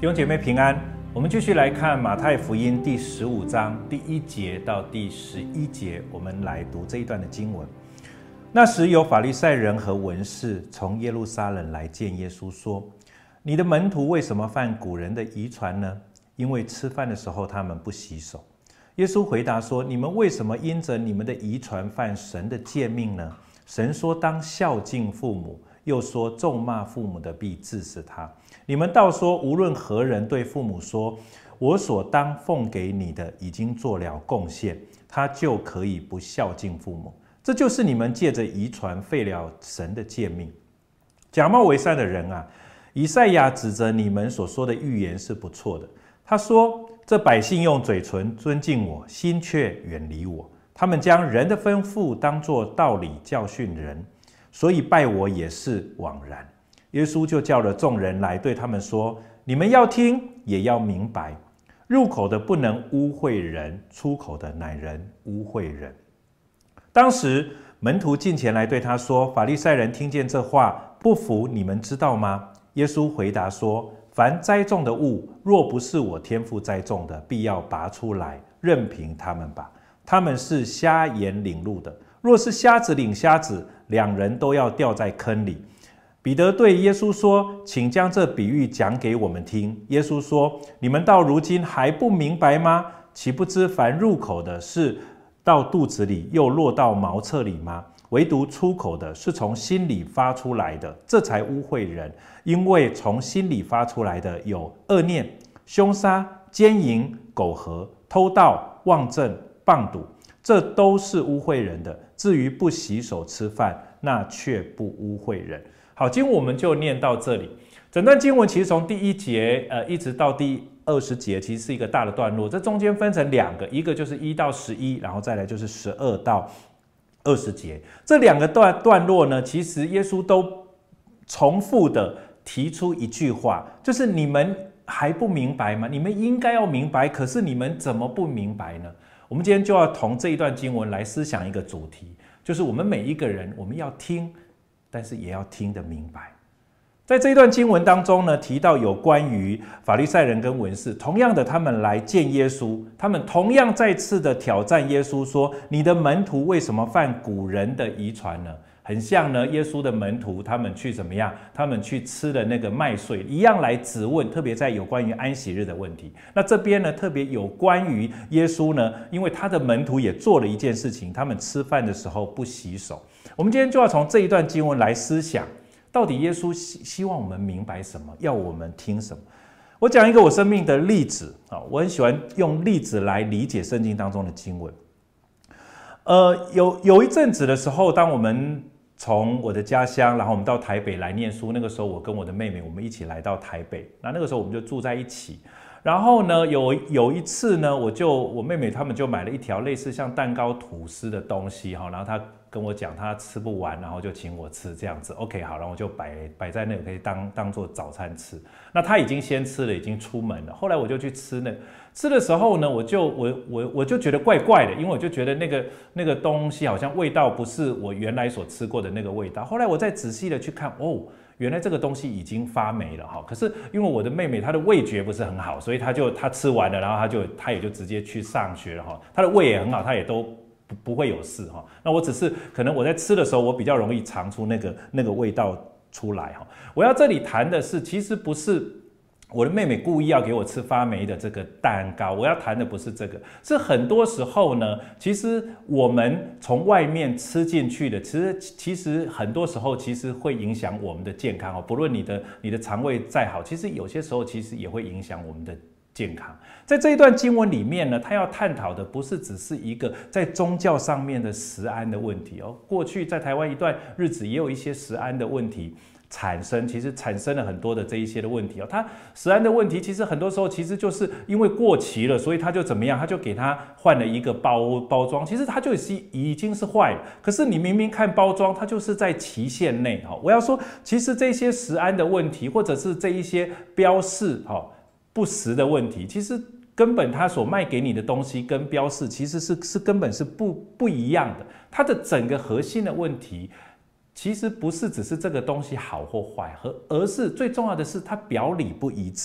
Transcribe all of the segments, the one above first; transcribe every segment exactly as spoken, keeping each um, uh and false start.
弟兄姐妹平安，我们继续来看马太福音第十五章第一节到第十一节，我们来读这一段的经文。那时有法利赛人和文士从耶路撒冷来见耶稣，说：你的门徒为什么犯古人的遗传呢？因为吃饭的时候他们不洗手。耶稣回答说：你们为什么因着你们的遗传犯神的诫命呢？神说当孝敬父母，又说咒骂父母的必治死他。你们倒说无论何人对父母说，我所当奉给你的已经做了贡献，他就可以不孝敬父母。这就是你们借着遗传废了神的诫命。假冒为善的人啊，以赛亚指着你们所说的预言是不错的。他说：这百姓用嘴唇尊敬我，心却远离我。他们将人的吩咐当作道理教训人，所以拜我也是枉然。耶稣就叫了众人来，对他们说：你们要听，也要明白。入口的不能污秽人，出口的乃人污秽人。当时门徒近前来对他说：法利赛人听见这话不服，你们知道吗？耶稣回答说：凡栽种的物，若不是我天父栽种的，必要拔出来，任凭他们吧。他们是瞎眼领路的，若是瞎子领瞎子，两人都要掉在坑里。彼得对耶稣说：请将这比喻讲给我们听。耶稣说：你们到如今还不明白吗？岂不知凡入口的是到肚子里，又落到茅厕里吗？唯独出口的是从心里发出来的，这才污秽人。因为从心里发出来的有恶念、凶杀、奸淫、苟合、偷盗、妄证、谤赌，这都是污秽人的。至于不洗手吃饭，那却不污秽人。好，经文我们就念到这里。整段经文其实从第一节呃一直到第二十节，其实是一个大的段落。这中间分成两个，一个就是一到十一，然后再来就是十二到二十节。这两个段段落呢，其实耶稣都重复的提出一句话，就是你们还不明白吗？你们应该要明白，可是你们怎么不明白呢？我们今天就要从这一段经文来思想一个主题，就是我们每一个人，我们要听，但是也要听得明白。在这一段经文当中呢，提到有关于法利赛人跟文士，同样的他们来见耶稣，他们同样再次的挑战耶稣说：你的门徒为什么犯古人的遗传呢？很像呢，耶稣的门徒他们去怎么样？他们去吃了那个麦穗，一样来质问，特别在有关于安息日的问题。那这边呢，特别有关于耶稣呢，因为他的门徒也做了一件事情，他们吃饭的时候不洗手。我们今天就要从这一段经文来思想，到底耶稣希望我们明白什么，要我们听什么。我讲一个我生命的例子，我很喜欢用例子来理解圣经当中的经文。呃，有有一阵子的时候，当我们从我的家乡，然后我们到台北来念书。那个时候，我跟我的妹妹，我们一起来到台北。那那个时候，我们就住在一起。然后呢，有有一次呢，我就我妹妹他们就买了一条类似像蛋糕吐司的东西哈，然后她跟我讲她吃不完，然后就请我吃这样子。OK， 好，然后我就摆摆在那个可以当当做早餐吃。那她已经先吃了，已经出门了。后来我就去吃那个。吃的时候呢，我就我我我就觉得怪怪的，因为我就觉得那个那个东西好像味道不是我原来所吃过的那个味道。后来我再仔细的去看，哦，原来这个东西已经发霉了哈。可是因为我的妹妹她的味觉不是很好，所以她就她吃完了，然后她就她也就直接去上学了哈。她的胃也很好，她也都不不会有事哈。那我只是可能我在吃的时候，我比较容易尝出那个那个味道出来哈。我要这里谈的是，其实不是我的妹妹故意要给我吃发霉的这个蛋糕，我要谈的不是这个，是很多时候呢，其实我们从外面吃进去的，其实其实很多时候其实会影响我们的健康哦。不论你的你的肠胃再好，其实有些时候其实也会影响我们的健康。在这一段经文里面呢，他要探讨的不是只是一个在宗教上面的食安的问题哦。过去在台湾一段日子也有一些食安的问题产生，其实产生了很多的这一些的问题哦。它食安的问题，其实很多时候其实就是因为过期了，所以他就怎么样，他就给它换了一个包包装，其实它就已经是坏了。可是你明明看包装，它就是在期限内哈。我要说，其实这些食安的问题，或者是这一些标示哈不实的问题，其实根本他所卖给你的东西跟标示其实是是根本是不不一样的。它的整个核心的问题，其实不是只是这个东西好或坏，而是最重要的是它表里不一致。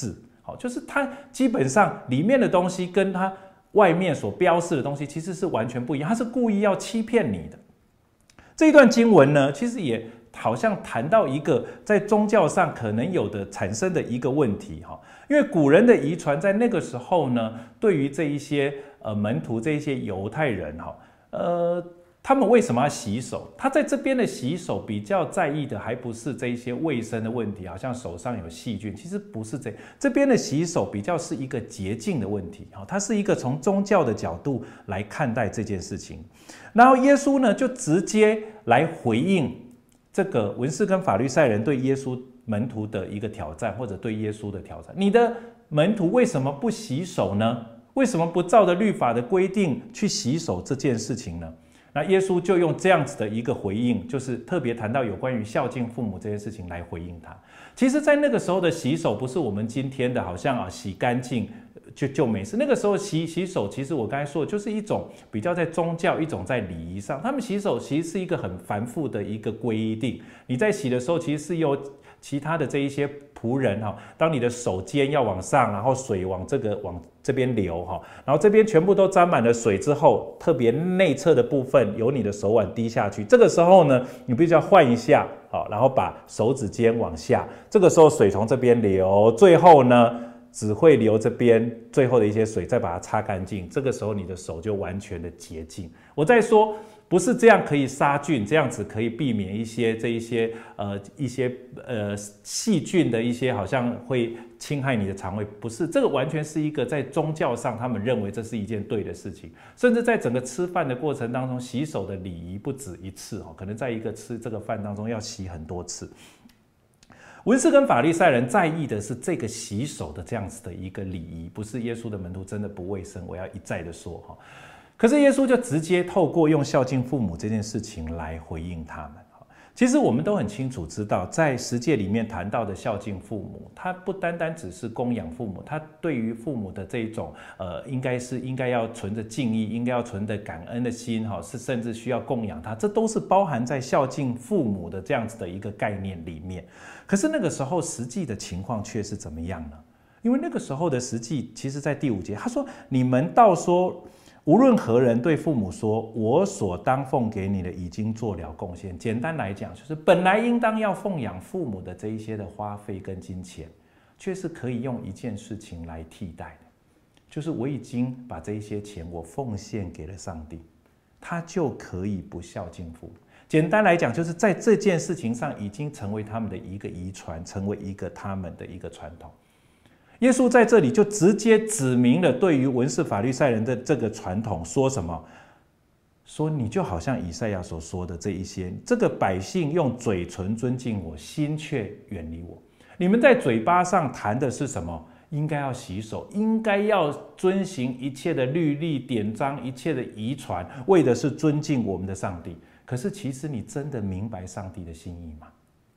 好，就是它基本上里面的东西跟它外面所标示的东西其实是完全不一样，它是故意要欺骗你的。这一段经文呢，其实也好像谈到一个在宗教上可能有的产生的一个问题哈，因为古人的遗传在那个时候呢，对于这一些呃门徒这一些犹太人哈，呃。他们为什么要洗手？他在这边的洗手比较在意的，还不是这一些卫生的问题，好像手上有细菌，其实不是这。这边的洗手比较是一个洁净的问题，它是一个从宗教的角度来看待这件事情。然后耶稣呢，就直接来回应这个文士跟法律赛人对耶稣门徒的一个挑战，或者对耶稣的挑战。你的门徒为什么不洗手呢？为什么不照着律法的规定去洗手这件事情呢？那耶稣就用这样子的一个回应，就是特别谈到有关于孝敬父母这件事情来回应他。其实在那个时候的洗手不是我们今天的好像啊洗干净就就没事。那个时候洗洗手，其实我刚才说的就是一种比较在宗教，一种在礼仪上，他们洗手其实是一个很繁复的一个规定。你在洗的时候，其实是由其他的这一些仆人哈，当你的手尖要往上，然后水往这个往这边流哈，然后这边全部都沾满了水之后，特别内侧的部分由你的手腕滴下去。这个时候呢，你必须要换一下，好，然后把手指尖往下。这个时候水从这边流，最后呢只会流这边最后的一些水，再把它擦干净。这个时候你的手就完全的洁净。我在说。不是这样可以杀菌，这样子可以避免一些这一些呃一些呃细菌的一些好像会侵害你的肠胃，不是，这个完全是一个在宗教上他们认为这是一件对的事情，甚至在整个吃饭的过程当中，洗手的礼仪不止一次哦，可能在一个吃这个饭当中要洗很多次。文士跟法利赛人在意的是这个洗手的这样子的一个礼仪，不是耶稣的门徒真的不卫生，我要一再的说哈。可是耶稣就直接透过用孝敬父母这件事情来回应他们。其实我们都很清楚知道，在十诫里面谈到的孝敬父母，它不单单只是供养父母，它对于父母的这一种呃，应该是应该要存着敬意，应该要存着感恩的心，哈，是甚至需要供养他，这都是包含在孝敬父母的这样子的一个概念里面。可是那个时候实际的情况却是怎么样呢？因为那个时候的实际，其实在第五节，他说：“你们倒说。”无论何人对父母说：“我所当奉给你的已经做了贡献。”简单来讲，就是本来应当要奉养父母的这一些的花费跟金钱，却是可以用一件事情来替代的，就是我已经把这一些钱我奉献给了上帝，他就可以不孝敬父母。简单来讲，就是在这件事情上已经成为他们的一个遗传，成为一个他们的一个传统。耶稣在这里就直接指明了对于文士法利赛人的这个传统说什么？说你就好像以赛亚所说的这一些，这个百姓用嘴唇尊敬我，心却远离我。你们在嘴巴上谈的是什么？应该要洗手，应该要遵行一切的律例典章，一切的遗传，为的是尊敬我们的上帝。可是其实你真的明白上帝的心意吗？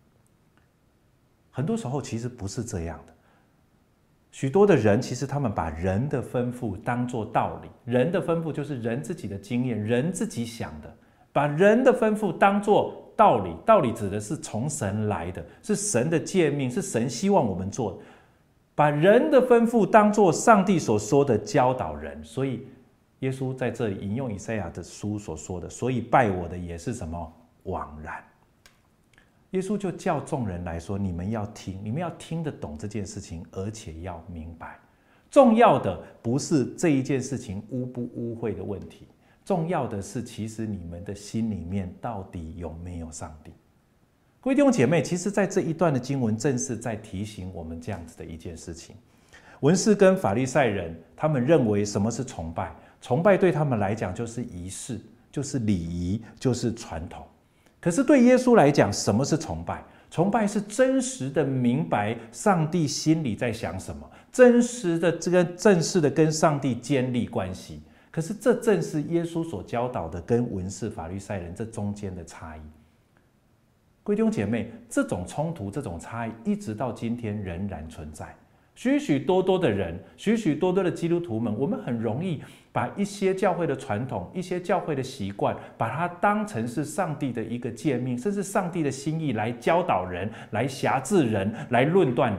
很多时候其实不是这样的。许多的人其实他们把人的吩咐当作道理，人的吩咐就是人自己的经验，人自己想的，把人的吩咐当作道理。道理指的是从神来的，是神的诫命，是神希望我们做的。把人的吩咐当作上帝所说的教导人，所以耶稣在这里引用以赛亚的书所说的，所以拜我的也是什么？枉然。耶稣就叫众人来说：“你们要听，你们要听得懂这件事情，而且要明白。重要的不是这一件事情污不污秽的问题，重要的是，其实你们的心里面到底有没有上帝？”各位弟兄姐妹，其实在这一段的经文，正是在提醒我们这样子的一件事情。文士跟法利赛人，他们认为什么是崇拜？崇拜对他们来讲就是仪式，就是礼仪，就是传统。可是对耶稣来讲，什么是崇拜？崇拜是真实的明白上帝心里在想什么，真实的这个正式的跟上帝建立关系。可是这正是耶稣所教导的跟文士法利赛人这中间的差异。各位弟兄姐妹，这种冲突，这种差异，一直到今天仍然存在。许许多多的人，许许多多的基督徒们，我们很容易把一些教会的传统，一些教会的习惯，把它当成是上帝的一个诫命，甚至上帝的心意来教导人，来辖制人，来论断人。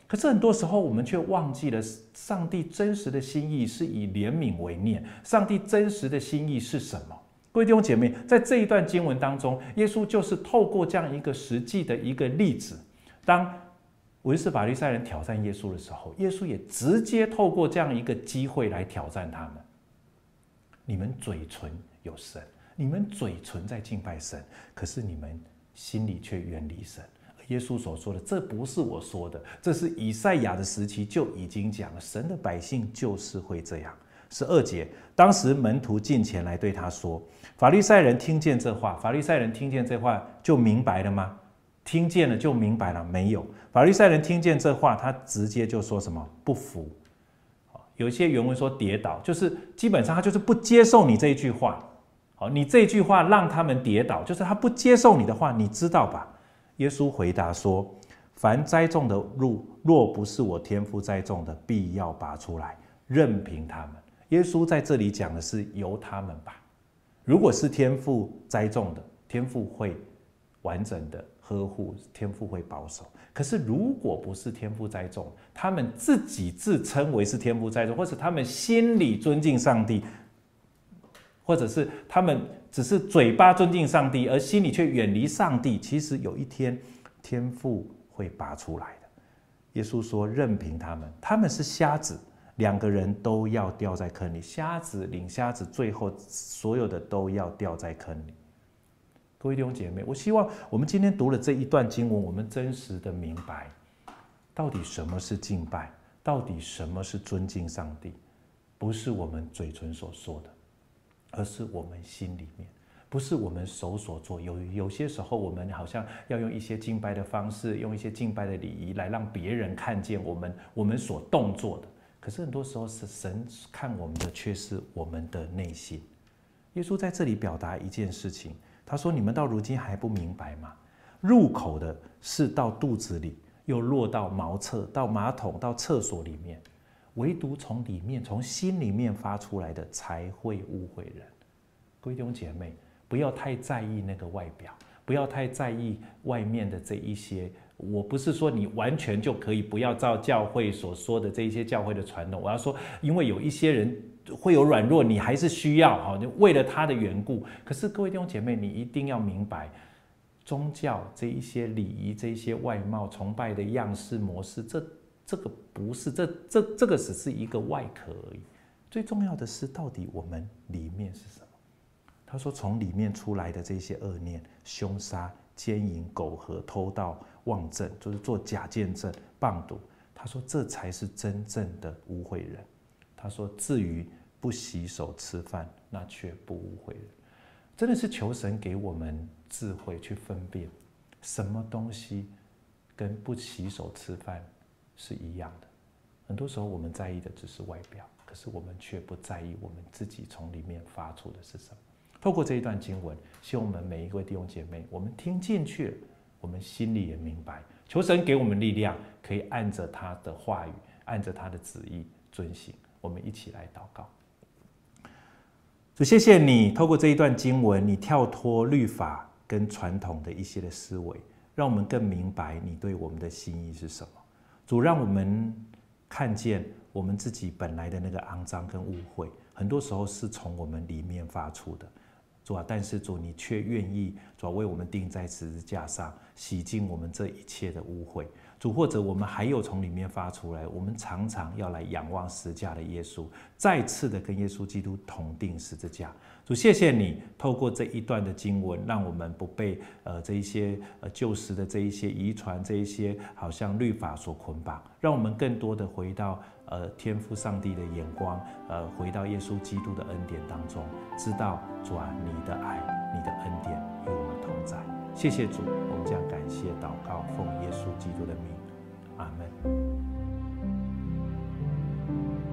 可是很多时候我们却忘记了，上帝真实的心意是以怜悯为念。上帝真实的心意是什么？各位弟兄姐妹，在这一段经文当中，耶稣就是透过这样一个实际的一个例子，当文士法利赛人挑战耶稣的时候，耶稣也直接透过这样一个机会来挑战他们。你们嘴唇有神，你们嘴唇在敬拜神，可是你们心里却远离神。耶稣所说的，这不是我说的，这是以赛亚的时期就已经讲了，神的百姓就是会这样。十二节，当时门徒近前来对他说，法利赛人听见这话，法利赛人听见这话就明白了吗？听见了就明白了？没有，法利赛人听见这话，他直接就说什么？不服。有一些原文说跌倒，就是基本上他就是不接受你这一句话。你这句话让他们跌倒，就是他不接受你的话，你知道吧？耶稣回答说，凡栽种的路，若不是我天父栽种的，必要拔出来，任凭他们。耶稣在这里讲的是由他们吧。如果是天父栽种的，天父会完整的呵护，天父会保守。可是如果不是天父栽种，他们自己自称为是天父栽种，或者他们心里尊敬上帝，或者是他们只是嘴巴尊敬上帝，而心里却远离上帝，其实有一天天父会拔出来的。耶稣说任凭他们，他们是瞎子，两个人都要掉在坑里，瞎子领瞎子，最后所有的都要掉在坑里。各位弟兄姐妹，我希望我们今天读了这一段经文，我们真实的明白到底什么是敬拜，到底什么是尊敬上帝，不是我们嘴唇所说的，而是我们心里面，不是我们手所做。有有些时候，我们好像要用一些敬拜的方式，用一些敬拜的礼仪来让别人看见我们我们所动作的。可是很多时候，是神看我们的却是我们的内心。耶稣在这里表达一件事情，他说：“你们到如今还不明白吗？入口的是到肚子里，又落到茅厕，到马桶，到厕所里面。唯独从里面，从心里面发出来的，才会污秽人。”各位弟兄姐妹，不要太在意那个外表，不要太在意外面的这一些。我不是说你完全就可以不要照教会所说的这一些教会的传统。我要说，因为有一些人会有软弱，你还是需要为了他的缘故。可是各位弟兄姐妹，你一定要明白，宗教这一些礼仪、这一些外貌、崇拜的样式模式，这这个不是，这这这个只是一个外壳而已。最重要的是，到底我们里面是什么？他说，从里面出来的这些恶念、凶杀、奸淫、苟合、偷盗、妄证，就是做假见证、谤赌。他说，这才是真正的污秽人。他说，至于不洗手吃饭，那却不污秽人。真的是求神给我们智慧去分辨，什么东西跟不洗手吃饭是一样的。很多时候我们在意的只是外表，可是我们却不在意我们自己从里面发出的是什么。透过这一段经文，希望我们每一位弟兄姐妹，我们听进去了，我们心里也明白，求神给我们力量，可以按着他的话语，按着他的旨意遵行。我们一起来祷告。主，谢谢你透过这一段经文，你跳脱律法跟传统的一些的思维，让我们更明白你对我们的心意是什么。主，让我们看见我们自己本来的那个肮脏跟污秽，很多时候是从我们里面发出的。主啊，但是主，你却愿意主啊为我们钉在十字架上，洗净我们这一切的污秽。主，或者我们还有从里面发出来，我们常常要来仰望十架的耶稣，再次的跟耶稣基督同定十字架。主，谢谢你透过这一段的经文，让我们不被呃这一些呃旧时的这一些遗传，这一些好像律法所捆绑，让我们更多的回到呃天父上帝的眼光，呃回到耶稣基督的恩典当中，知道主啊，你的爱、你的恩典与我们同在。谢谢主，我们将感谢祷告，奉耶稣基督的名，阿们。